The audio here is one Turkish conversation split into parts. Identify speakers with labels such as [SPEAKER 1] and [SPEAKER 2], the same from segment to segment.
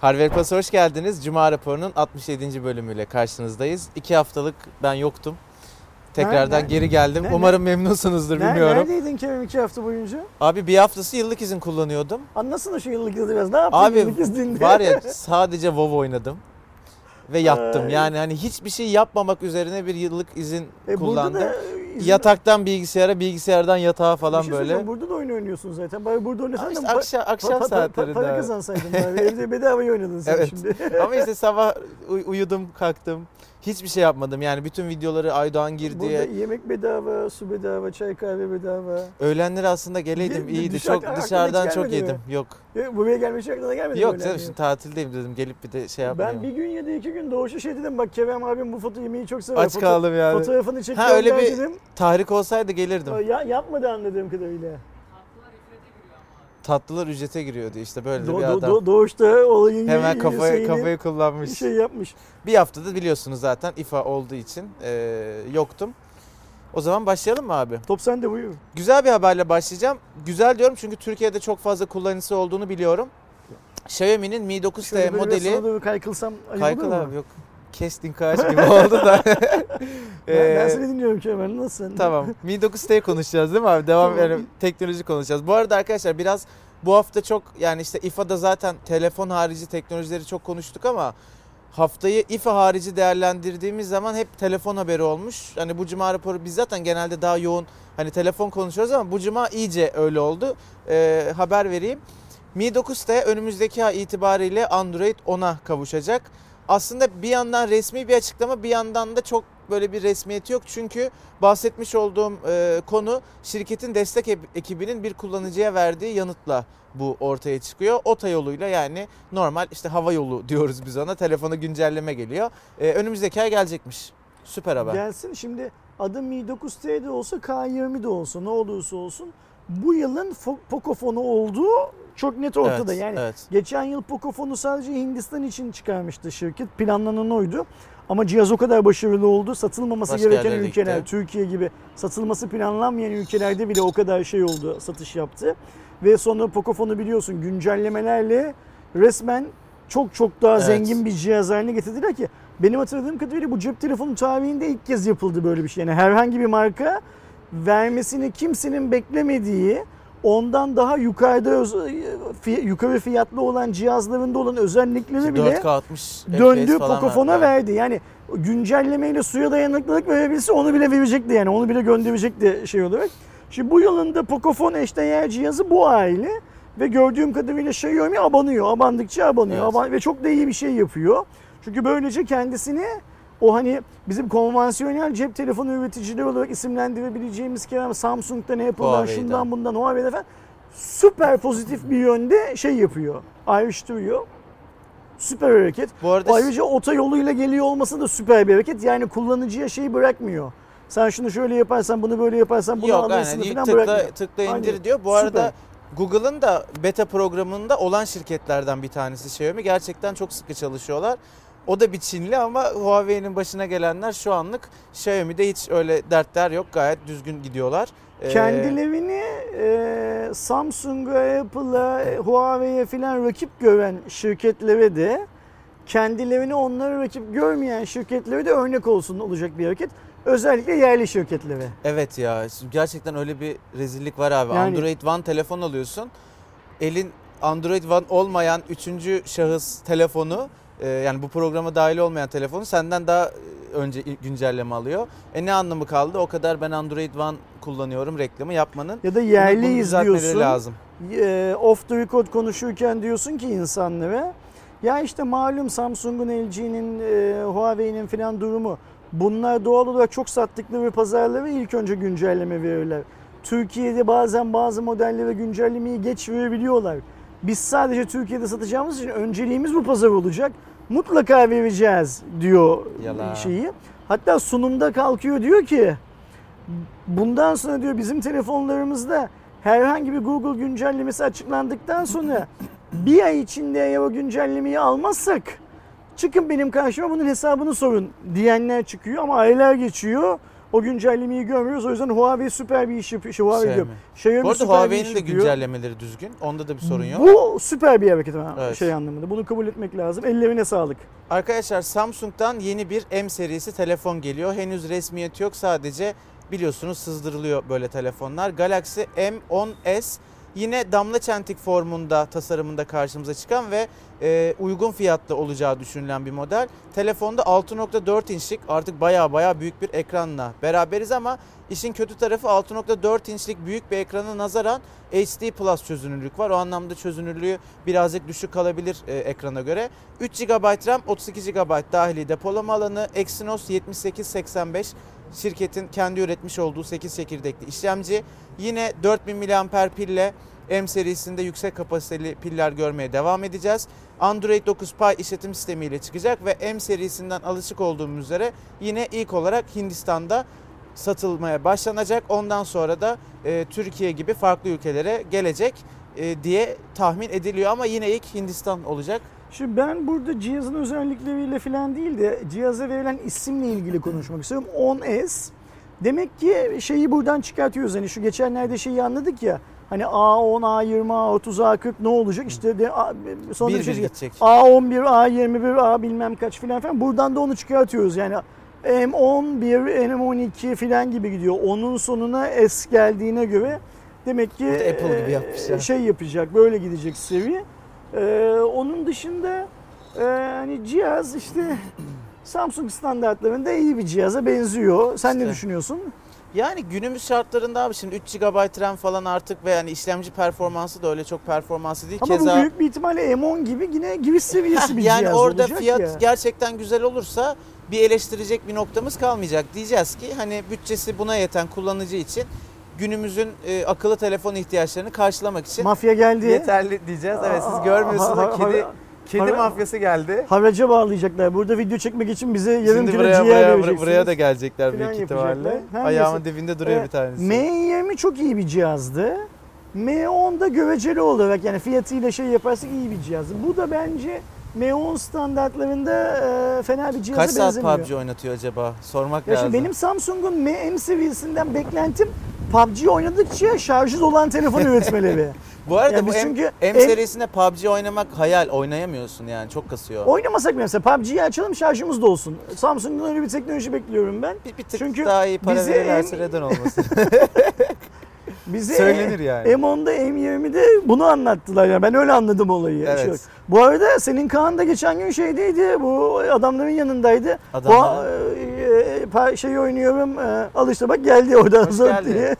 [SPEAKER 1] Harvey Plus'a hoş geldiniz. Cuma raporunun 67. bölümüyle karşınızdayız. 2 haftalık ben yoktum. Tekrardan geri geldim. Umarım memnunsunuzdur, bilmiyorum.
[SPEAKER 2] Neredeydin Kerem 2 hafta boyunca?
[SPEAKER 1] Abi bir haftası yıllık izin kullanıyordum.
[SPEAKER 2] Anlasana şu yıllık izni biraz. Ne yaptın
[SPEAKER 1] abi,
[SPEAKER 2] yıllık izninde?
[SPEAKER 1] Var ya sadece WoW oynadım. Ve yattım. Yani hani hiçbir şey yapmamak üzerine bir yıllık izin kullandım. Yataktan bilgisayara, bilgisayardan yatağa falan böyle.
[SPEAKER 2] Burada da oyun oynuyorsun zaten. Bari burada oynasan
[SPEAKER 1] işte
[SPEAKER 2] da
[SPEAKER 1] akşam saatlerinde.
[SPEAKER 2] Para kazansaydın bari. Evde bedavaya oynadın sen
[SPEAKER 1] evet.
[SPEAKER 2] şimdi.
[SPEAKER 1] Ama işte sabah uyudum, kalktım. Hiçbir şey yapmadım. Yani bütün videoları Aydoğan girdi.
[SPEAKER 2] Burada yemek bedava, su bedava, çay kahve bedava.
[SPEAKER 1] Öğlenleri aslında geleydim, iyiydi. Çok dışarıdan çok yedim. Yok.
[SPEAKER 2] Buraya gelmek aklına gelmedi mi?
[SPEAKER 1] Yok canım, şimdi tatildeyim dedim. Gelip bir de şey yapmayayım.
[SPEAKER 2] Ben bir gün ya da 2 gün Doğuş'a şey dedim. Bak Kerem abim bu foto yemeği çok sever.
[SPEAKER 1] Aç kaldım yani.
[SPEAKER 2] Fotoğrafını çek
[SPEAKER 1] öyle bir
[SPEAKER 2] dedim.
[SPEAKER 1] tahrik olsaydı gelirdim.
[SPEAKER 2] Yapmadı anladığım kadarıyla.
[SPEAKER 1] Tatlılar ücrete giriyordu işte, böyle bir adam.
[SPEAKER 2] Doğuş'ta olayın
[SPEAKER 1] hemen kafayı kullanmış.
[SPEAKER 2] Bir şey yapmış.
[SPEAKER 1] Bir haftada biliyorsunuz zaten İFA olduğu için yoktum. O zaman başlayalım mı abi?
[SPEAKER 2] Top sende, buyur.
[SPEAKER 1] Güzel bir haberle başlayacağım. Güzel diyorum çünkü Türkiye'de çok fazla kullanıcısı olduğunu biliyorum. Xiaomi'nin Mi 9T modeli.
[SPEAKER 2] Şöyle kaykılsam ayıp olur mu?
[SPEAKER 1] Abi yok. Kestin kaç gibi oldu da.
[SPEAKER 2] Ben seni dinliyorum Kemal, nasılsın?
[SPEAKER 1] Tamam. Mi 9T konuşacağız değil mi abi? Devam edelim. Teknoloji konuşacağız. Bu arada arkadaşlar biraz bu hafta çok, yani işte İFA'da zaten telefon harici teknolojileri çok konuştuk ama haftayı İFA harici değerlendirdiğimiz zaman hep telefon haberi olmuş. Hani bu cuma raporu biz zaten genelde daha yoğun hani telefon konuşuyoruz ama bu cuma iyice öyle oldu. Haber vereyim. Mi 9T önümüzdeki ay itibariyle Android 10'a kavuşacak. Aslında bir yandan resmi bir açıklama, bir yandan da çok böyle bir resmiyeti yok. Çünkü bahsetmiş olduğum konu şirketin destek ekibinin bir kullanıcıya verdiği yanıtla bu ortaya çıkıyor. Otoyoluyla, yani normal işte hava yolu diyoruz biz ona, telefona güncelleme geliyor. Önümüzdeki ay gelecekmiş. Süper haber.
[SPEAKER 2] Gelsin, şimdi adı Mi 9T de olsa K20 de olsa ne olursa olsun bu yılın Pocophone olduğu çok net ortada. Geçen yıl Pocophone'u sadece Hindistan için çıkarmıştı şirket. Planlanan oydu. Ama cihaz o kadar başarılı oldu. Satılmaması gereken ülkeler, Türkiye gibi satılması planlanmayan ülkelerde bile o kadar şey oldu, satış yaptı. Ve sonra Pocophone'u biliyorsun güncellemelerle resmen çok daha zengin bir cihaz haline getirdiler ki benim hatırladığım kadarıyla bu cep telefonu tarihinde ilk kez yapıldı böyle bir şey. Yani herhangi bir marka vermesini kimsenin beklemediği, ondan daha yukarı fiyatlı olan cihazlarında olan özellikleri bile
[SPEAKER 1] 4K 60
[SPEAKER 2] döndü Pocophone'a verdi. Yani güncellemeyle suya dayanıklılık verebilse onu bile verecekti, yani onu bile gönderecekti şey olarak. Şimdi bu yılın da Pocophone eşdeğer cihazı bu aile ve gördüğüm kadarıyla Xiaomi abandıkça abanıyor. Ve çok da iyi bir şey yapıyor. Çünkü böylece kendisini o hani bizim konvansiyonel cep telefonu üreticileri olarak isimlendirebileceğimiz Kerem, Samsung'dan, Apple'dan, şundan bundan, Huawei'den falan süper pozitif bir yönde şey yapıyor, ayrıştırıyor. Süper hareket. Ayrıca otoyoluyla geliyor olması da süper bir hareket. Yani kullanıcıya şeyi bırakmıyor. Sen şunu şöyle yaparsan, bunu böyle yaparsan, bunu alırsın falan bırakmıyor.
[SPEAKER 1] Tıkla indir diyor. Bu arada Google'ın da beta programında olan şirketlerden bir tanesi Xiaomi. Gerçekten çok sıkı çalışıyorlar. O da bir Çinli ama Huawei'nin başına gelenler şu anlık, Xiaomi'de hiç öyle dertler yok. Gayet düzgün gidiyorlar.
[SPEAKER 2] Kendilerini Samsung'a, Apple'a, Huawei'ye filan rakip gören şirketlere de kendilerini onlara rakip görmeyen şirketlere de örnek olacak bir hareket. Özellikle yerli şirketlere.
[SPEAKER 1] Evet ya, gerçekten öyle bir rezillik var abi. Yani, Android One telefon alıyorsun. Elin Android One olmayan 3. şahıs telefonu, yani bu programa dahil olmayan telefonu senden daha önce güncelleme alıyor. Ne anlamı kaldı? O kadar ben Android One kullanıyorum reklamı yapmanın.
[SPEAKER 2] Ya da yerli izliyorsun.
[SPEAKER 1] Lazım.
[SPEAKER 2] Off the record konuşurken diyorsun ki insanlara, ya işte malum Samsung'un, LG'nin, Huawei'nin filan durumu. Bunlar doğal olarak çok sattıkları pazarlara ilk önce güncelleme verirler. Türkiye'de bazen bazı modellere güncellemeyi geç verebiliyorlar. Biz sadece Türkiye'de satacağımız için önceliğimiz bu pazar olacak. Mutlaka vereceğiz diyor şeyi. Hatta sunumda kalkıyor, diyor ki bundan sonra diyor bizim telefonlarımızda herhangi bir Google güncellemesi açıklandıktan sonra bir ay içinde eğer o güncellemeyi almazsak çıkın benim karşıma bunun hesabını sorun diyenler çıkıyor ama aylar geçiyor. O güncellemeyi görmüyoruz. O yüzden Huawei süper bir iş yapıyor. Xiaomi
[SPEAKER 1] bu arada Huawei'nin de güncellemeleri düzgün. Onda da bir sorun yok.
[SPEAKER 2] Bu süper bir hareket
[SPEAKER 1] evet.
[SPEAKER 2] Anlamında. Bunu kabul etmek lazım. Ellerine sağlık.
[SPEAKER 1] Arkadaşlar Samsung'dan yeni bir M serisi telefon geliyor. Henüz resmiyeti yok. Sadece biliyorsunuz sızdırılıyor böyle telefonlar. Galaxy M10s yine damla çentik formunda, tasarımında karşımıza çıkan ve uygun fiyatlı olacağı düşünülen bir model. Telefonda 6.4 inçlik artık baya büyük bir ekranla beraberiz ama işin kötü tarafı 6.4 inçlik büyük bir ekrana nazaran HD Plus çözünürlük var. O anlamda çözünürlüğü birazcık düşük kalabilir ekrana göre. 3 GB RAM, 32 GB dahili depolama alanı, Exynos 7885 şirketin kendi üretmiş olduğu 8 çekirdekli işlemci. Yine 4000 mAh pille M serisinde yüksek kapasiteli piller görmeye devam edeceğiz. Android 9 Pie işletim sistemiyle çıkacak ve M serisinden alışık olduğumuz üzere yine ilk olarak Hindistan'da satılmaya başlanacak. Ondan sonra da Türkiye gibi farklı ülkelere gelecek diye tahmin ediliyor ama yine ilk Hindistan olacak.
[SPEAKER 2] Şimdi ben burada cihazın özellikleriyle falan değil de cihaza verilen isimle ilgili konuşmak istiyorum. 10S. Demek ki şeyi buradan çıkartıyoruz. Hani şu geçenlerde şeyi anladık ya. Hani A10, A20, A30, A40 ne olacak? İşte de sonra bir şey
[SPEAKER 1] gidecek.
[SPEAKER 2] A11, A21, A bilmem kaç filan. Buradan da onu çıkartıyoruz. Yani M11, M12 filan gibi gidiyor. Onun sonuna S geldiğine göre demek ki
[SPEAKER 1] Apple gibi yapmışlar.
[SPEAKER 2] Şey yapacak, böyle gidecek seviye. Onun dışında hani cihaz işte Samsung standartlarında iyi bir cihaza benziyor. Sen ne düşünüyorsun?
[SPEAKER 1] Yani günümüz şartlarında abi şimdi 3 GB RAM falan artık ve yani işlemci performansı da öyle çok performanslı değil.
[SPEAKER 2] Ama bu büyük bir ihtimalle M10 gibi yine giriş seviyesi bir
[SPEAKER 1] yani
[SPEAKER 2] cihaz
[SPEAKER 1] orada
[SPEAKER 2] olacak
[SPEAKER 1] fiyat
[SPEAKER 2] ya.
[SPEAKER 1] Gerçekten güzel olursa bir eleştirecek bir noktamız kalmayacak. Diyeceğiz ki hani bütçesi buna yeten kullanıcı için günümüzün akıllı telefon ihtiyaçlarını karşılamak için
[SPEAKER 2] mafya geldi.
[SPEAKER 1] Yeterli diyeceğiz. Evet siz görmüyorsunuz kedi mafyası geldi.
[SPEAKER 2] Haraca bağlayacaklar. Burada video çekmek için bize yarım kilo ciğer vereceksiniz.
[SPEAKER 1] Buraya da gelecekler büyük ihtimalle. Ayağımın dibinde duruyor bir tanesi.
[SPEAKER 2] M20 çok iyi bir cihazdı. M10 da göreceli olarak yani fiyatıyla şey yaparsak iyi bir cihazdı. Bu da bence M10 standartlarında fena bir cihaza benzemiyor.
[SPEAKER 1] Kaç saat PUBG oynatıyor acaba? Sormak lazım.
[SPEAKER 2] Şimdi benim Samsung'un M seviyesinden beklentim PUBG oynadıkça şarjı olan telefon üretmeleri.
[SPEAKER 1] Bu arada yani bu M serisinde PUBG oynamak hayal, oynayamıyorsun yani çok kasıyor.
[SPEAKER 2] Oynamasak mesela PUBG'yi açalım şarjımız da olsun. Samsung'dan öyle bir teknoloji bekliyorum ben.
[SPEAKER 1] Bir tık çünkü daha iyi para verirlerse neden olmasın.
[SPEAKER 2] Bize
[SPEAKER 1] söylenir yani.
[SPEAKER 2] M10'da M20'de bunu anlattılar yani ben öyle anladım olayı.
[SPEAKER 1] Evet.
[SPEAKER 2] Bu arada senin Kaan da geçen gün şeydeydi bu adamların yanındaydı. Şeyi oynuyorum al işte bak geldi oradan zor diye.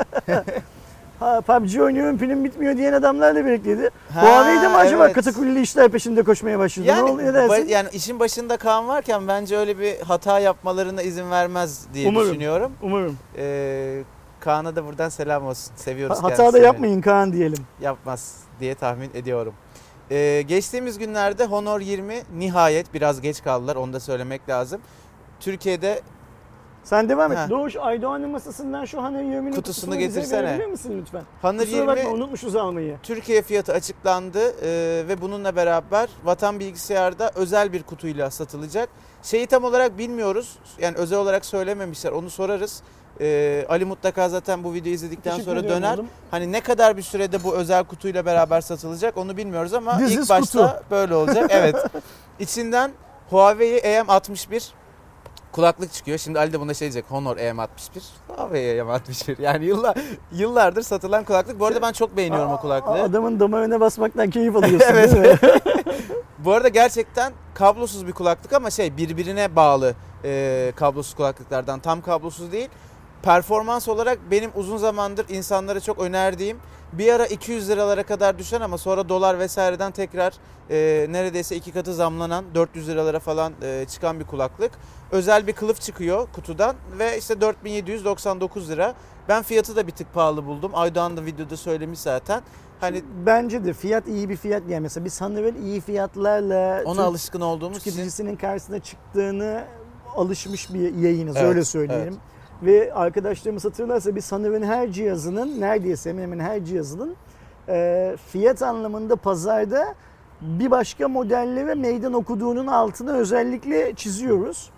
[SPEAKER 2] PUBG oynuyorum pilim bitmiyor diyen adamlarla birlikteydi. Huawei'de mi acaba katakulli işler peşinde koşmaya başladı?
[SPEAKER 1] Yani,
[SPEAKER 2] ne oluyor dersin?
[SPEAKER 1] Yani işin başında Kaan varken bence öyle bir hata yapmalarına izin vermez diye düşünüyorum.
[SPEAKER 2] Umarım.
[SPEAKER 1] Kaan'a da buradan selam olsun. Seviyoruz
[SPEAKER 2] kendisini. Hata da yapmayın Kaan diyelim.
[SPEAKER 1] Yapmaz diye tahmin ediyorum. Geçtiğimiz günlerde Honor 20 nihayet biraz geç kaldılar onu da söylemek lazım. Türkiye'de
[SPEAKER 2] sen devam et. Doğuş Aydoğan'ın masasından şu Honor 20'nin
[SPEAKER 1] kutusunu getirsene.
[SPEAKER 2] Bize verebilir misin lütfen?
[SPEAKER 1] Honor 20
[SPEAKER 2] bakma, unutmuşuz almayı.
[SPEAKER 1] Türkiye fiyatı açıklandı ve bununla beraber Vatan Bilgisayar'da özel bir kutuyla satılacak. Şeyi tam olarak bilmiyoruz. Yani özel olarak söylememişler. Onu sorarız. Ali mutlaka zaten bu videoyu izledikten sonra döner. Oğlum. Hani ne kadar bir sürede bu özel kutuyla beraber satılacak onu bilmiyoruz ama ilk başta kutu. Böyle olacak. Evet. İçinden Huawei EM61 kulaklık çıkıyor. Şimdi Ali de buna şey diyecek. Honor EM61. Huawei EM61. Yani yıllardır satılan kulaklık. Bu arada ben çok beğeniyorum o kulaklığı.
[SPEAKER 2] Adamın damarına basmaktan keyif alıyorsun
[SPEAKER 1] evet.
[SPEAKER 2] Değil mi?
[SPEAKER 1] Bu arada gerçekten kablosuz bir kulaklık ama birbirine bağlı kablosuz kulaklıklardan. Tam kablosuz değil. Performans olarak benim uzun zamandır insanlara çok önerdiğim bir ara 200 liralara kadar düşen ama sonra dolar vesaireden tekrar neredeyse 2 katı zamlanan 400 liralara falan çıkan bir kulaklık. Özel bir kılıf çıkıyor kutudan ve işte 4799 lira. Ben fiyatı da bir tık pahalı buldum. Aydoğan da videoda söylemiş zaten. Hani
[SPEAKER 2] bence de fiyat iyi bir fiyat yani mesela biz Honor'ın iyi fiyatlarla
[SPEAKER 1] ona alışkın olduğumuz
[SPEAKER 2] tüketicisinin karşısına çıktığını alışmış bir yayınız öyle söyleyelim. Evet. Ve arkadaşlarımız hatırlarsa biz Honor'ın her cihazının neredeyse hemen hemen her cihazının fiyat anlamında pazarda bir başka modellere meydan okuduğunun altını özellikle çiziyoruz.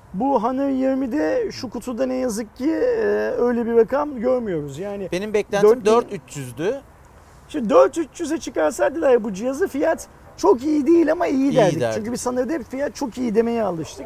[SPEAKER 2] Bu Honor 20'de şu kutuda ne yazık ki öyle bir rakam görmüyoruz. Yani
[SPEAKER 1] benim beklentim 4300'dü.
[SPEAKER 2] Şimdi 4300'e çıkarsaydılar bu cihazı, fiyat çok iyi değil ama iyi derdik. Çünkü biz Honor'da hep fiyat çok iyi demeye alıştık.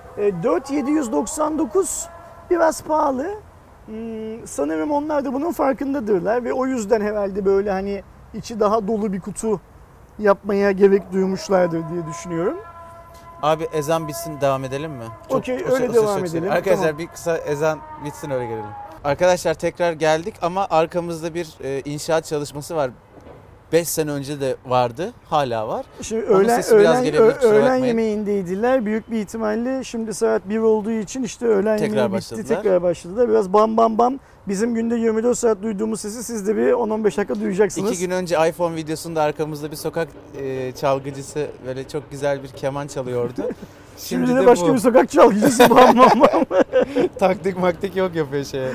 [SPEAKER 2] 4799 biraz pahalı. Sanırım onlar da bunun farkındadırlar ve o yüzden herhalde böyle hani içi daha dolu bir kutu yapmaya gerek duymuşlardır diye düşünüyorum.
[SPEAKER 1] Abi ezan bitsin, devam edelim mi?
[SPEAKER 2] Okey, öyle devam edelim.
[SPEAKER 1] Arkadaşlar tamam. Bir kısa ezan bitsin öyle gelelim. Arkadaşlar tekrar geldik ama arkamızda bir inşaat çalışması var. 5 sene önce de vardı, hala var.
[SPEAKER 2] Şimdi öğlen yemeğindeydiler. Büyük bir ihtimalle şimdi saat 1 olduğu için işte öğlen yemeği bitti, tekrar başladılar. Biraz bam bam bam. Bizim günde 24 saat duyduğumuz sesi siz de bir 10-15 dakika duyacaksınız.
[SPEAKER 1] 2 gün önce iPhone videosunda arkamızda bir sokak çalgıcısı böyle çok güzel bir keman çalıyordu.
[SPEAKER 2] Şimdi de başka bir sokak çalgıcısı bam bam bam.
[SPEAKER 1] Taktik maktik yok yapıyor şeye.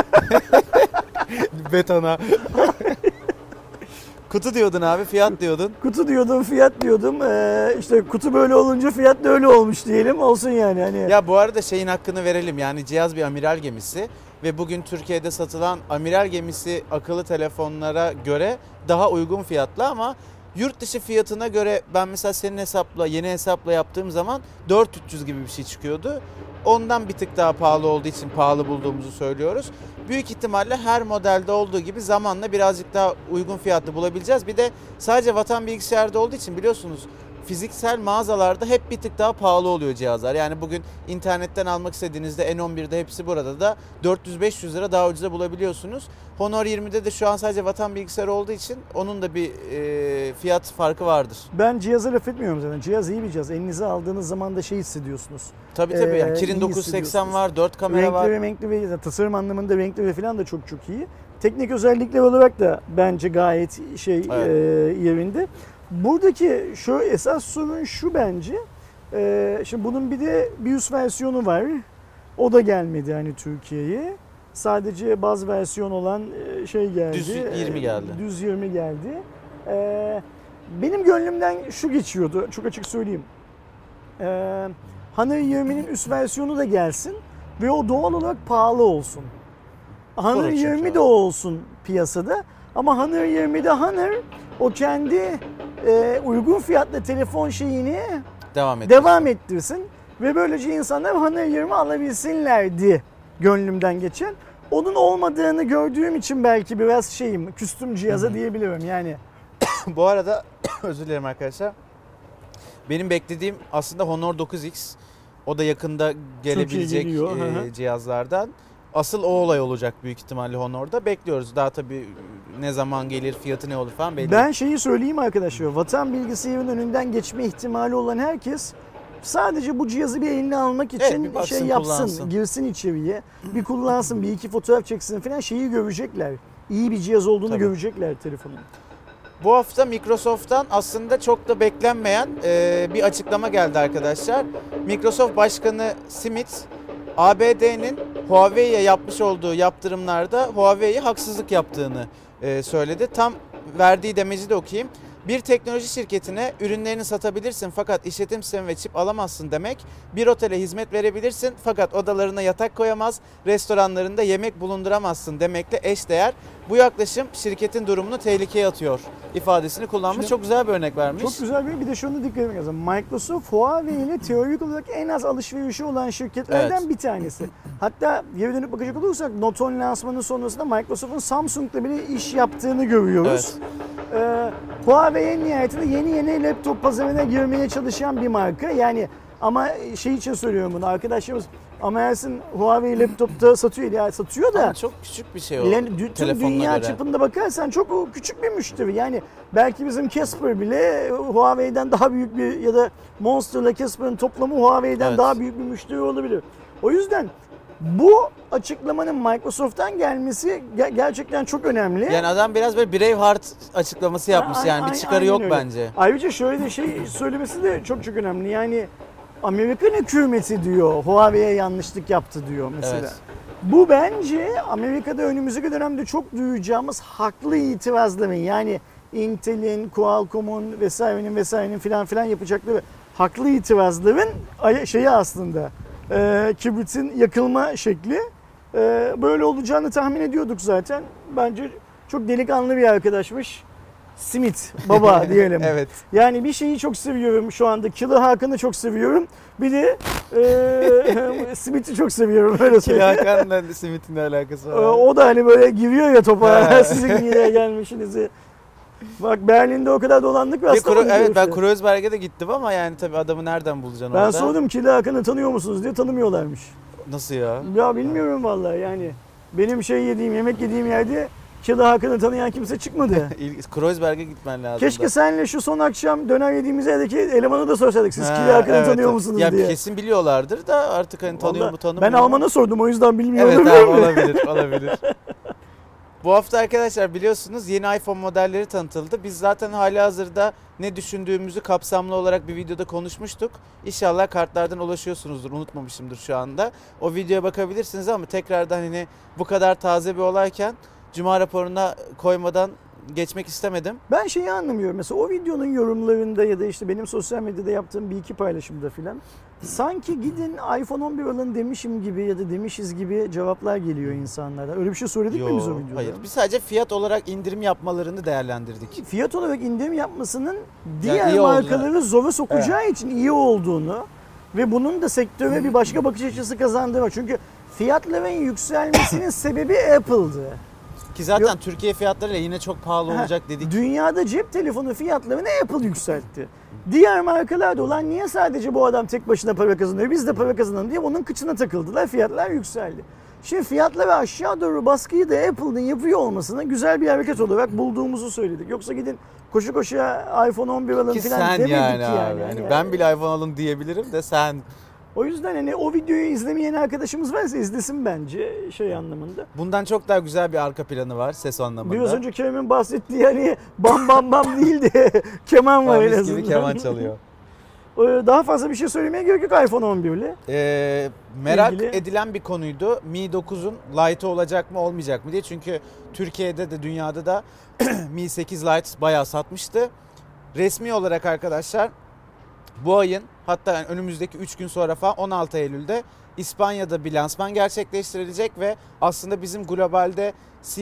[SPEAKER 1] Betona. Kutu diyordun abi, fiyat diyordun.
[SPEAKER 2] Kutu diyordum, fiyat diyordum. İşte kutu böyle olunca fiyat da öyle olmuş diyelim. Olsun yani. Hani.
[SPEAKER 1] Ya bu arada şeyin hakkını verelim. Yani cihaz bir amiral gemisi ve bugün Türkiye'de satılan amiral gemisi akıllı telefonlara göre daha uygun fiyatlı ama yurt dışı fiyatına göre ben mesela senin hesapla, yeni hesapla yaptığım zaman 4300 gibi bir şey çıkıyordu. Ondan bir tık daha pahalı olduğu için pahalı bulduğumuzu söylüyoruz. Büyük ihtimalle her modelde olduğu gibi zamanla birazcık daha uygun fiyatlı bulabileceğiz. Bir de sadece Vatan Bilgisayar'da olduğu için biliyorsunuz fiziksel mağazalarda hep bir tık daha pahalı oluyor cihazlar. Yani bugün internetten almak istediğinizde N11'de hepsi burada da 400-500 lira daha ucuza bulabiliyorsunuz. Honor 20'de de şu an sadece Vatan Bilgisayar olduğu için onun da bir fiyat farkı vardır.
[SPEAKER 2] Ben cihaza laf etmiyorum zaten. Cihaz iyi bir cihaz. Elinize aldığınız zaman da şey hissediyorsunuz.
[SPEAKER 1] Tabii yani Kirin 980 var, 4 kamera var.
[SPEAKER 2] Renkli, tasarım anlamında renkli falan da çok iyi. Teknik özellikler olarak da bence gayet yerinde. Buradaki şu esas sorun şu bence. Şimdi bunun bir de bir üst versiyonu var. O da gelmedi hani Türkiye'ye. Sadece baz versiyon olan şey geldi.
[SPEAKER 1] Düz 20 geldi.
[SPEAKER 2] Düz 20 geldi. Benim gönlümden şu geçiyordu. Çok açık söyleyeyim. Honor 20'nin üst versiyonu da gelsin ve o doğal olarak pahalı olsun. Honor 20 de olsun piyasada. Ama Honor 20'de Honor o kendi uygun fiyatlı telefon şeyini devam ettirsin. Ve böylece insanlar Honor 20 alabilsinlerdi gönlümden geçen. Onun olmadığını gördüğüm için belki biraz küstüm cihaza diyebilirim yani.
[SPEAKER 1] Bu arada özür dilerim arkadaşlar. Benim beklediğim aslında Honor 9X. O da yakında gelebilecek cihazlardan. Asıl o olay olacak büyük ihtimalle Honor'da. Bekliyoruz. Daha tabii ne zaman gelir, fiyatı ne olur falan belli.
[SPEAKER 2] Ben şeyi söyleyeyim arkadaşlar. Vatan Bilgisayar'ın önünden geçme ihtimali olan herkes sadece bu cihazı bir eline almak için
[SPEAKER 1] baksın,
[SPEAKER 2] yapsın.
[SPEAKER 1] kullansın.
[SPEAKER 2] Girsin içeriye. Bir kullansın, bir iki fotoğraf çeksin falan, şeyi görecekler. İyi bir cihaz olduğunu görecekler telefonun.
[SPEAKER 1] Bu hafta Microsoft'tan aslında çok da beklenmeyen bir açıklama geldi arkadaşlar. Microsoft Başkanı Smith, ABD'nin Huawei'ye yapmış olduğu yaptırımlarda Huawei'ye haksızlık yaptığını söyledi. Tam verdiği demeci de okuyayım. Bir teknoloji şirketine ürünlerini satabilirsin fakat işletim sistemi ve çip alamazsın demek. Bir otele hizmet verebilirsin fakat odalarına yatak koyamaz, restoranlarında yemek bulunduramazsın demekle eşdeğer. Bu yaklaşım şirketin durumunu tehlikeye atıyor ifadesini kullanmış. Şimdi, çok güzel bir örnek vermiş.
[SPEAKER 2] Çok güzel bir de şunu dikkat etmek lazım. Microsoft Huawei ile teorik olarak en az alışverişi olan şirketlerden bir tanesi. Hatta geri dönüp bakacak olursak Note 10 lansmanı sonrasında Microsoft'un Samsung'la bile iş yaptığını görüyoruz. Huawei en nihayetinde yeni laptop pazarına girmeye çalışan bir marka. Yani ama şey için söylüyorum bunu, arkadaşlarımız Amers'in Huawei laptopta satıyor da.
[SPEAKER 1] Ama çok küçük bir şey o.
[SPEAKER 2] Yani tüm dünya çapında bakarsan çok küçük bir müşteri. Yani belki bizim Casper bile Huawei'den daha büyük bir, ya da Monster'la Casper'ın toplamı Huawei'den daha büyük bir müşteri olabilir. O yüzden bu açıklamanın Microsoft'tan gelmesi gerçekten çok önemli.
[SPEAKER 1] Yani adam biraz böyle Braveheart açıklaması yapmış, yani bir çıkarı yok bence.
[SPEAKER 2] Ayrıca şöyle de şey söylemesi de çok önemli. Yani Amerikan hükümeti diyor Huawei'ye yanlışlık yaptı diyor mesela. Evet. Bu bence Amerika'da önümüzdeki dönemde çok duyacağımız haklı itirazların, yani Intel'in, Qualcomm'un vesairenin filan yapacakları haklı itirazların şeyi aslında. Kibritin yakılma şekli. Böyle olacağını tahmin ediyorduk zaten. Bence çok delikanlı bir arkadaşmış. Simit baba diyelim.
[SPEAKER 1] Evet.
[SPEAKER 2] Yani bir şeyi çok seviyorum şu anda. Killer Hakan'ı çok seviyorum. Bir de Simit'i çok seviyorum. Öyle
[SPEAKER 1] Killer Hakan'la Simit'in de alakası var.
[SPEAKER 2] O da hani böyle giriyor ya topa. Sizin yine gelmişinizi. Bak Berlin'de o kadar dolandık ve aslında
[SPEAKER 1] evet ben Kreuzberg'e de gittim ama yani tabii adamı nereden bulacaksın orada?
[SPEAKER 2] Ben sordum Killer Hakan'ı tanıyor musunuz diye, tanımıyorlarmış.
[SPEAKER 1] Nasıl ya?
[SPEAKER 2] Ya bilmiyorum vallahi yani. Benim yemek yediğim yerde Killer Hakan'ı tanıyan kimse çıkmadı.
[SPEAKER 1] Kreuzberg'e gitmen lazım.
[SPEAKER 2] Keşke senle şu son akşam döner yediğimiz yerdeki elemanı da sorsaydık. Siz Killer Hakan'ı tanıyor musunuz
[SPEAKER 1] ya,
[SPEAKER 2] diye.
[SPEAKER 1] Kesin biliyorlardır da artık hani tanıyor mu tanımıyor
[SPEAKER 2] mu? Ben Alman'a sordum, o yüzden bilmiyorum.
[SPEAKER 1] Evet olabilir. Bu hafta arkadaşlar biliyorsunuz yeni iPhone modelleri tanıtıldı. Biz zaten halihazırda ne düşündüğümüzü kapsamlı olarak bir videoda konuşmuştuk. İnşallah kartlardan ulaşıyorsunuzdur, unutmamışımdır şu anda. O videoya bakabilirsiniz ama tekrardan hani bu kadar taze bir olayken Cuma raporuna koymadan geçmek istemedim. Ben şeyi anlamıyorum. Mesela o videonun yorumlarında ya da işte benim sosyal medyada yaptığım bir iki paylaşımda filan sanki gidin iPhone 11 alın demişim gibi ya da demişiz gibi cevaplar geliyor insanlardan. Öyle bir şey söyledik mi biz o videoda? Hayır. Biz sadece fiyat olarak indirim yapmalarını değerlendirdik.
[SPEAKER 2] Fiyat olarak indirim yapmasının diğer markaları zora sokacağı için iyi olduğunu ve bunun da sektöre bir başka bakış açısı kazandığını. Çünkü fiyatların yükselmesinin sebebi Apple'dı.
[SPEAKER 1] Ki zaten Türkiye fiyatlarıyla yine çok pahalı olacak dedik.
[SPEAKER 2] Dünyada cep telefonu fiyatlarını Apple yükseltti. Diğer markalar da olan niye sadece bu adam tek başına para kazanıyor, biz de para kazanalım diye onun kıçına takıldılar, fiyatlar yükseldi. Şimdi fiyatları aşağı doğru baskıyı da Apple'ın yapıyor olmasına güzel bir hareket olarak bulduğumuzu söyledik. Yoksa gidin koşu koşuya iPhone 11 alın falan demedik yani.
[SPEAKER 1] Ben bile iPhone alın diyebilirim de sen...
[SPEAKER 2] O yüzden hani o videoyu izlemeyen arkadaşımız varsa izlesin bence anlamında.
[SPEAKER 1] Bundan çok daha güzel bir arka planı var ses anlamında.
[SPEAKER 2] Biraz önce Kerem'in bahsettiği hani bam bam bam değil de keman var en azından.
[SPEAKER 1] Gibi keman çalıyor.
[SPEAKER 2] Daha fazla bir şey söylemeye gerek yok iPhone 11 ile.
[SPEAKER 1] Merak edilen bir konuydu. Mi 9'un Lite'ı olacak mı olmayacak mı diye. Çünkü Türkiye'de de dünyada da Mi 8 Lite bayağı satmıştı. Resmi olarak arkadaşlar bu ayın hatta yani önümüzdeki 3 gün sonra falan 16 Eylül'de İspanya'da bir lansman gerçekleştirilecek ve aslında bizim globalde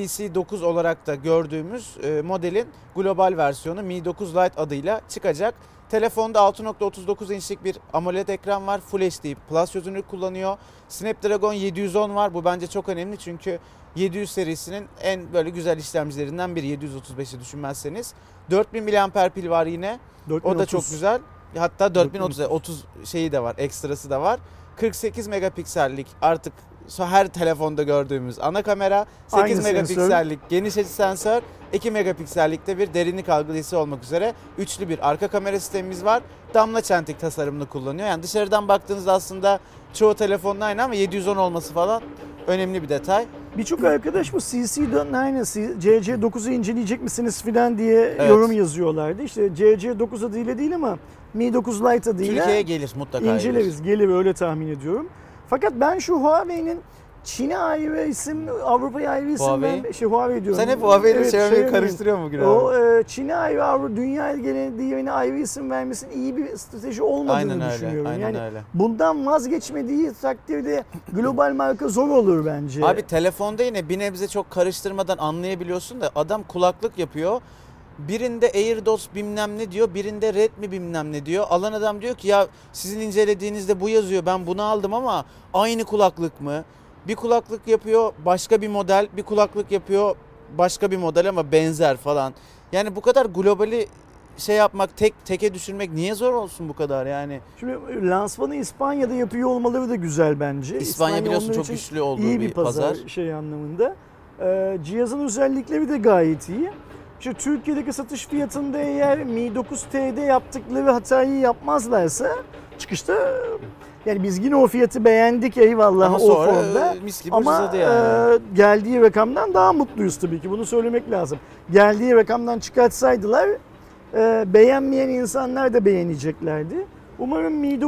[SPEAKER 1] CC9 olarak da gördüğümüz modelin global versiyonu Mi 9 Lite adıyla çıkacak. Telefonda 6.39 inçlik bir AMOLED ekran var. Full HD Plus çözünürlük kullanıyor. Snapdragon 710 var. Bu bence çok önemli çünkü 700 serisinin en böyle güzel işlemcilerinden biri. 735'i düşünmezseniz. 4000 mAh pil var yine. 4030. O da çok güzel. Hatta 4030 şeyi de var, ekstrası da var. 48 megapiksellik artık her telefonda gördüğümüz ana kamera, 8 megapiksellik geniş açı sensör, 2 megapiksellikte bir derinlik algılayıcısı olmak üzere üçlü bir arka kamera sistemimiz var. Damla çentik tasarımını kullanıyor. Yani dışarıdan baktığınızda aslında çoğu telefonun aynı ama 710 olması falan önemli bir detay.
[SPEAKER 2] Birçok arkadaş bu CC'den aynısı CC9'u inceleyecek misiniz filan diye yorum yazıyorlardı. İşte CC9 adıyla değil ama Mi 9 Lite adıyla
[SPEAKER 1] Türkiye'ye gelir mutlaka.
[SPEAKER 2] İnceleriz. Gelir öyle tahmin ediyorum. Fakat ben şu Huawei'nin Çin'e ayrı isim, Avrupa'ya ayrı isim Huawei diyorum.
[SPEAKER 1] Sen hep Huawei'yle karıştırıyor mu Güray?
[SPEAKER 2] O Çin'e ayrı, dünya genelinde ayrı isim vermesinin iyi bir strateji olmadığını düşünüyorum.
[SPEAKER 1] Aynen öyle.
[SPEAKER 2] Bundan vazgeçmediği takdirde global marka zor olur bence.
[SPEAKER 1] Abi telefonda yine bir nebze çok karıştırmadan anlayabiliyorsun da adam kulaklık yapıyor. Birinde AirDots bilmem ne diyor, birinde Redmi bilmem ne diyor. Alan adam diyor ki ya sizin incelediğinizde bu yazıyor, ben bunu aldım ama aynı kulaklık mı? Bir kulaklık yapıyor başka bir model, bir kulaklık yapıyor başka bir model ama benzer falan. Yani bu kadar globali yapmak, teke düşürmek niye zor olsun bu kadar yani?
[SPEAKER 2] Şimdi lansmanı İspanya'da yapıyor olmaları da güzel bence.
[SPEAKER 1] İspanya biliyorsun çok güçlü olduğu
[SPEAKER 2] iyi
[SPEAKER 1] bir pazar.
[SPEAKER 2] Anlamında. Cihazın özellikleri de gayet iyi. Şu Türkiye'deki satış fiyatında eğer Mi 9T'de yaptıkları hatayı yapmazlarsa çıkışta yani biz yine o fiyatı beğendik eyvallah ama o formda.
[SPEAKER 1] Mis gibi ama yani.
[SPEAKER 2] Geldiği rakamdan daha mutluyuz tabii ki bunu söylemek lazım. Geldiği rakamdan çıkartsaydılar beğenmeyen insanlar da beğeneceklerdi. Umarım Mi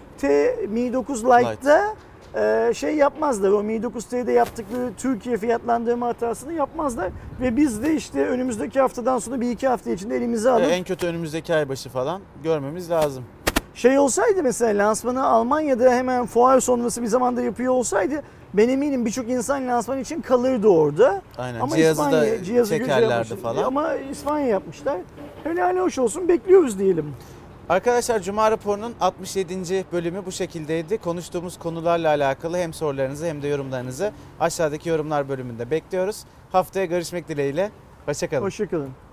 [SPEAKER 2] 9 Lite'da yapmazlar. O Mi 9T'de yaptıkları Türkiye fiyatlandırma hatasını yapmazlar. Ve biz de işte önümüzdeki haftadan sonra bir iki hafta içinde elimize alıp
[SPEAKER 1] en kötü önümüzdeki ay başı falan görmemiz lazım.
[SPEAKER 2] Şey olsaydı mesela lansmanı Almanya'da hemen fuar sonrası bir zamanda yapıyor olsaydı ben eminim birçok insan lansman için kalırdı orada.
[SPEAKER 1] Aynen.
[SPEAKER 2] Ama
[SPEAKER 1] Cihazı da çekerlerdi falan.
[SPEAKER 2] Ama İspanya yapmışlar. Helal hoş olsun, bekliyoruz diyelim.
[SPEAKER 1] Arkadaşlar Cuma raporunun 67. bölümü bu şekildeydi. Konuştuğumuz konularla alakalı hem sorularınızı hem de yorumlarınızı aşağıdaki yorumlar bölümünde bekliyoruz. Haftaya görüşmek dileğiyle. Hoşça kalın.
[SPEAKER 2] Hoşça kalın.